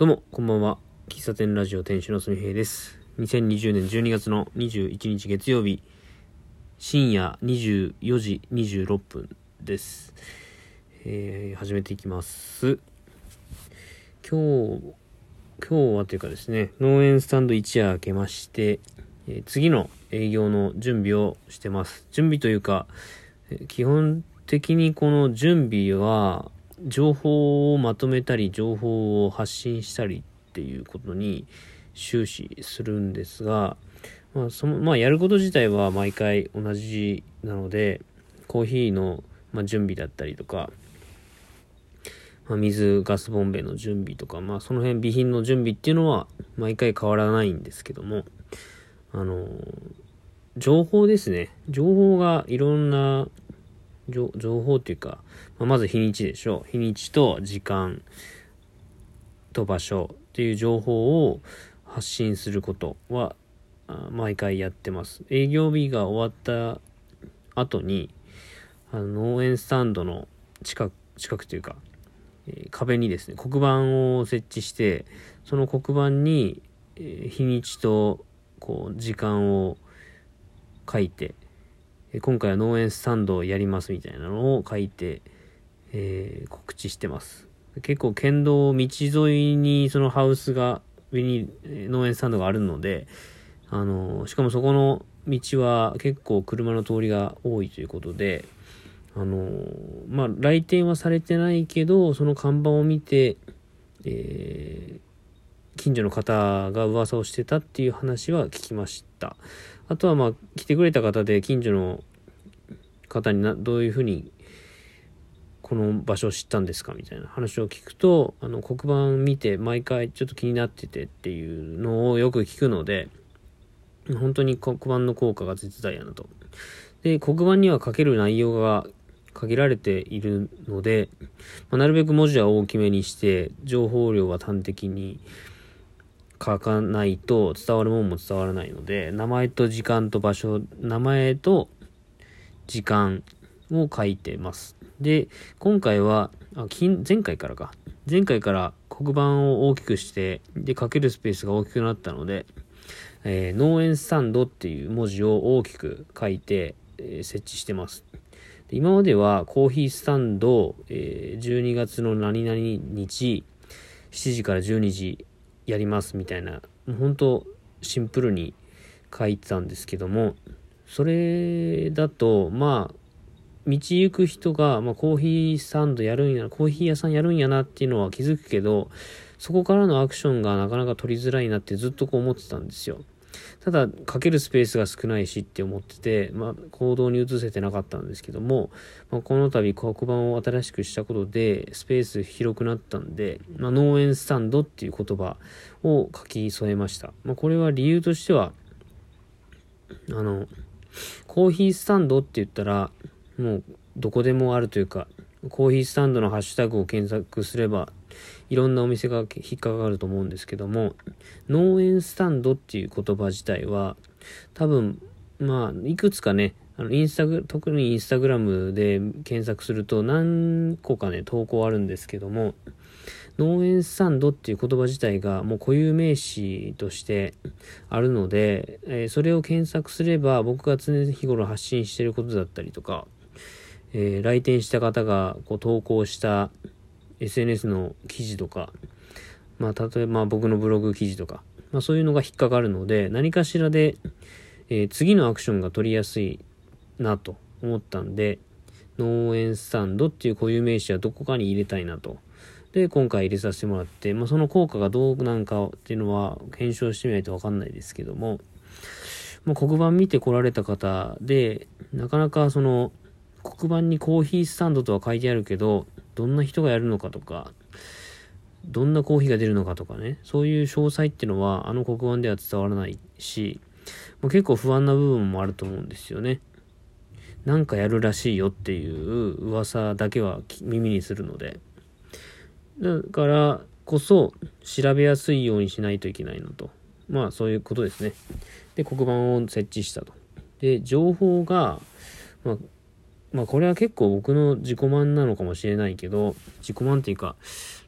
どうもこんばんは。喫茶店ラジオ店主のすみへいです。2020年12月の21日月曜日深夜24時26分です。始めていきます。今日はというかですね、農園スタンド一夜明けまして、次の営業の準備をしてます。準備というか、基本的にこの準備は情報をまとめたり情報を発信したりっていうことに終始するんですが、やること自体は毎回同じなので、コーヒーの、準備だったりとか、水ガスボンベの準備とか、その辺備品の準備っていうのは毎回変わらないんですけども、情報ですね。情報がいろんな情報っていうか、まず日にちでしょう。日にちと時間と場所っていう情報を発信することは毎回やってます。営業日が終わった後に農園スタンドの近くというか、壁にですね黒板を設置して、その黒板に、日にちと時間を書いて、今回は農園スタンドをやりますみたいなのを書いて、告知してます。結構県道道沿いにそのハウスが上に農園スタンドがあるので、しかもそこの道は結構車の通りが多いということで、来店はされてないけど、その看板を見て、近所の方が噂をしてたっていう話は聞きました。あとは来てくれた方で近所の方にどういうふうにこの場所を知ったんですかみたいな話を聞くと、黒板見て毎回ちょっと気になっててっていうのをよく聞くので、本当に黒板の効果が絶大やなと。で、黒板には書ける内容が限られているので、なるべく文字は大きめにして情報量は端的に書かないと伝わるもんも伝わらないので、名前と時間と場所、名前と時間を書いてます。で、今回は前回から黒板を大きくして、で書けるスペースが大きくなったので、農園スタンドっていう文字を大きく書いて、設置してます。で、今まではコーヒースタンド、12月の何々日7時から12時やりますみたいな、もう本当シンプルに書いてたんですけども、それだと道行く人が、コーヒースタンドやるんやな、コーヒー屋さんやるんやなっていうのは気づくけど、そこからのアクションがなかなか取りづらいなってずっと思ってたんですよ。ただ書けるスペースが少ないしって思ってて、行動に移せてなかったんですけども、この度黒板を新しくしたことでスペース広くなったんで、農園スタンドっていう言葉を書き添えました。これは理由としては、コーヒースタンドって言ったらもうどこでもあるというか、コーヒースタンドのハッシュタグを検索すればいろんなお店が引っかかると思うんですけども、農園スタンドっていう言葉自体は多分いくつかね、特にインスタグラムで検索すると何個かね投稿あるんですけども、農園スタンドっていう言葉自体がもう固有名詞としてあるので、それを検索すれば僕が常日頃発信していることだったりとか、来店した方が投稿した SNS の記事とか、例えば僕のブログ記事とか、そういうのが引っかかるので、何かしらで、次のアクションが取りやすいなと思ったんで、農園スタンドっていう固有名詞はどこかに入れたいなと。で、今回入れさせてもらって、その効果がどうなんかっていうのは検証してみないと分かんないですけども、黒板見て来られた方で、なかなかその黒板にコーヒースタンドとは書いてあるけど、どんな人がやるのかとか、どんなコーヒーが出るのかとかね、そういう詳細っていうのは黒板では伝わらないし、結構不安な部分もあると思うんですよね。なんかやるらしいよっていう噂だけは耳にするので、だからこそ調べやすいようにしないといけないのと、そういうことですね。で、黒板を設置したと。で、情報がこれは結構僕の自己満なのかもしれないけど、自己満っていうか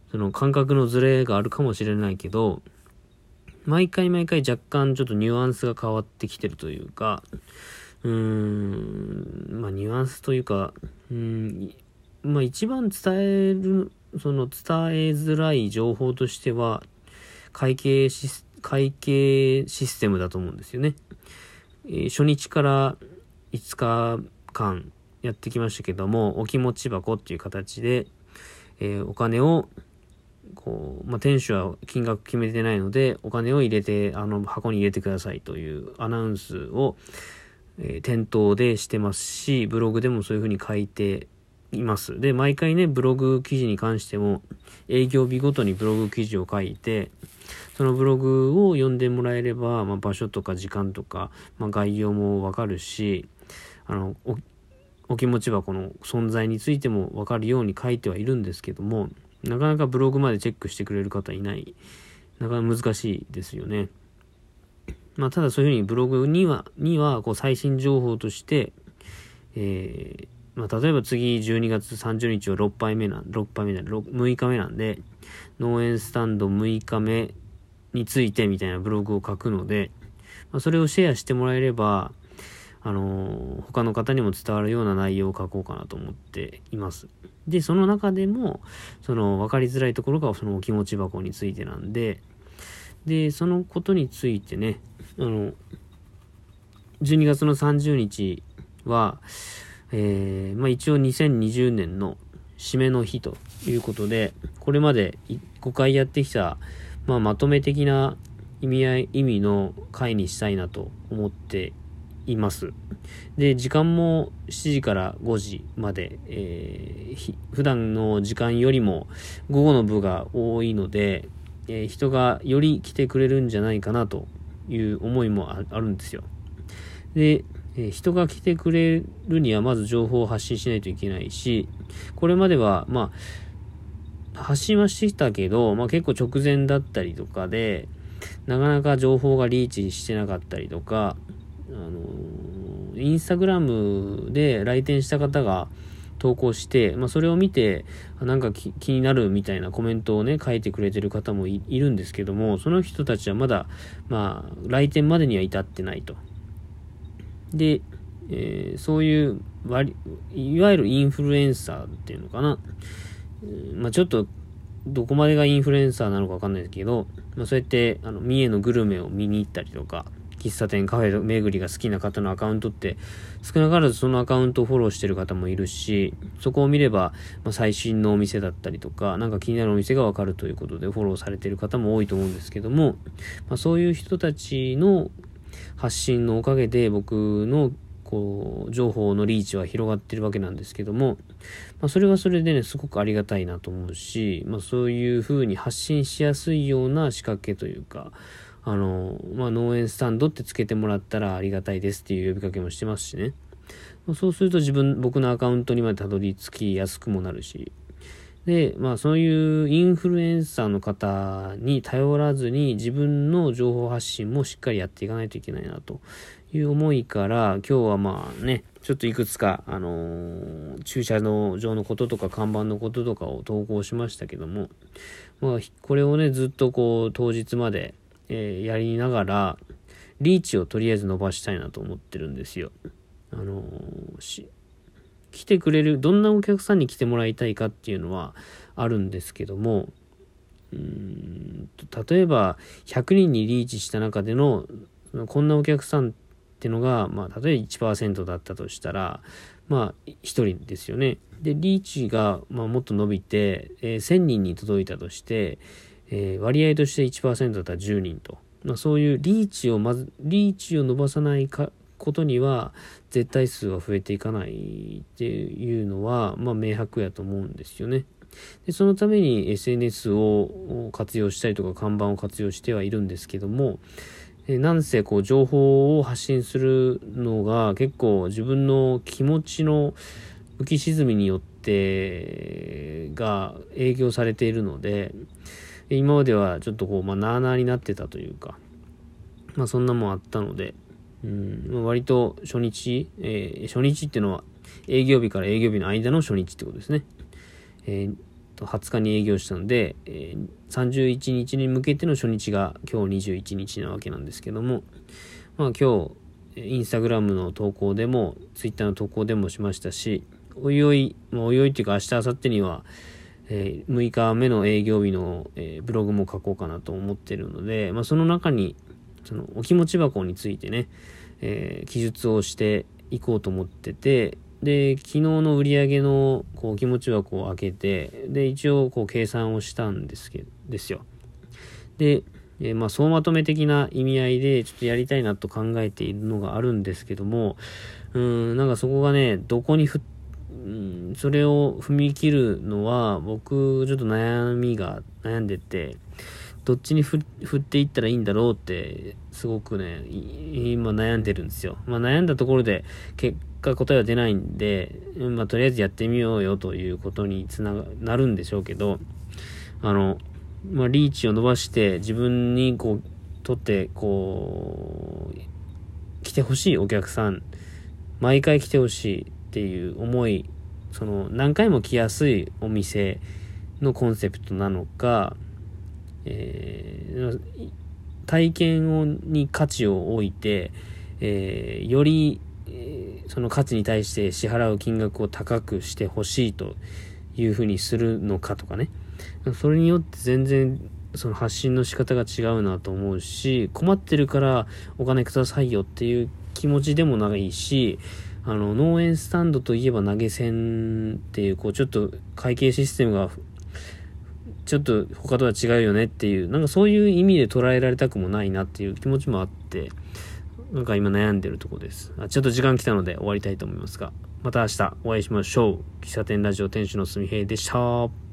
その感覚のズレがあるかもしれないけど、毎回若干ちょっとニュアンスが変わってきてるというか、ニュアンスというか、一番伝えづらい情報としては、会計システムだと思うんですよね。初日から5日間やってきましたけども、お気持ち箱っていう形で、お金を店主は金額決めてないので、お金を入れて箱に入れてくださいというアナウンスを、店頭でしてますし、ブログでもそういう風に書いています。で、毎回ね、ブログ記事に関しても営業日ごとにブログ記事を書いて、そのブログを読んでもらえれば、場所とか時間とか、概要もわかるし、お気持ち箱の存在についてもわかるように書いてはいるんですけども、なかなかブログまでチェックしてくれる方いない。なかなか難しいですよね。ただそういうふうにブログには最新情報として、例えば次12月30日は6日目なんで、農園スタンド6日目についてみたいなブログを書くので、それをシェアしてもらえれば、他の方にも伝わるような内容を書こうかなと思っています。で、その中でも、分かりづらいところがそのお気持ち箱についてなんで、そのことについてね、12月の30日は、一応2020年の締めの日ということで、これまで5回やってきた、まとめ的な意味の回にしたいなと思っています。で、時間も7時から5時まで、普段の時間よりも午後の部が多いので、人がより来てくれるんじゃないかなという思いもあるんですよ。で、人が来てくれるにはまず情報を発信しないといけないし、これまでは発信はしてきたけど、結構直前だったりとかで、なかなか情報がリーチしてなかったりとか、インスタグラムで来店した方が投稿して、それを見てなんか気になるみたいなコメントをね書いてくれてる方も いるんですけども、その人たちはまだ来店までには至ってないと。で、そういういわゆるインフルエンサーっていうのかな、ちょっとどこまでがインフルエンサーなのかわかんないですけど、そうやって三重のグルメを見に行ったりとか、喫茶店カフェ巡りが好きな方のアカウントって少なからずそのアカウントをフォローしてる方もいるし、そこを見れば、最新のお店だったりとか、なんか気になるお店がわかるということでフォローされている方も多いと思うんですけども、そういう人たちの発信のおかげで僕の情報のリーチは広がってるわけなんですけども、それはそれでねすごくありがたいなと思うし、そういう風に発信しやすいような仕掛けというか、農園スタンドってつけてもらったらありがたいですっていう呼びかけもしてますしね。そうすると僕のアカウントにまでたどり着きやすくもなるし、で、そういうインフルエンサーの方に頼らずに自分の情報発信もしっかりやっていかないといけないなという思いから、今日はちょっといくつか、駐車場のこととか看板のこととかを投稿しましたけども、これをね、ずっと当日まで、やりながら、リーチをとりあえず伸ばしたいなと思ってるんですよ。来てくれる、どんなお客さんに来てもらいたいかっていうのはあるんですけども、例えば100人にリーチした中でのこんなお客さんっていうのが、例えば 1% だったとしたら、1人ですよね。で、リーチが、もっと伸びて、1000人に届いたとして、割合として 1% だったら10人と。そういうリーチを伸ばさないことには絶対数は増えていかないっていうのは明白やと思うんですよね。で、そのために SNS を活用したりとか看板を活用してはいるんですけども、なんせ情報を発信するのが結構自分の気持ちの浮き沈みによってが営業されているので、今まではちょっとなあなあになってたというか、そんなもんあったので、割と初日っていうのは営業日から営業日の間の初日ってことですね。 20日に営業したので、31日に向けての初日が今日21日なわけなんですけども、今日インスタグラムの投稿でもツイッターの投稿でもしましたし、おいおいっていうか明日明後日には、6日目の営業日の、ブログも書こうかなと思っているので、その中にそのお気持ち箱についてね、記述をしていこうと思ってて、で昨日の売り上げのお気持ち箱を開けて、で一応計算をしたんですよ。で、総まとめ的な意味合いでちょっとやりたいなと考えているのがあるんですけども、なんかそこがね、どこにそれを踏み切るのは僕ちょっと悩んでて、どっちに振っていったらいいんだろうってすごくね今悩んでるんですよ。悩んだところで結果答えは出ないんで、とりあえずやってみようよということになるんでしょうけど、リーチを伸ばして自分にとって来てほしいお客さん、毎回来てほしいっていう思い、その何回も来やすいお店のコンセプトなのか、体験に価値を置いて、より、その価値に対して支払う金額を高くしてほしいというふうにするのかとかね、それによって全然その発信の仕方が違うなと思うし、困ってるからお金くださいよっていう気持ちでもないし、農園スタンドといえば投げ銭っていうちょっと会計システムがちょっと他とは違うよねっていう、なんかそういう意味で捉えられたくもないなっていう気持ちもあって、なんか今悩んでるところです。ちょっと時間来たので終わりたいと思いますが、また明日お会いしましょう。喫茶店ラジオ店主のすみへいでした。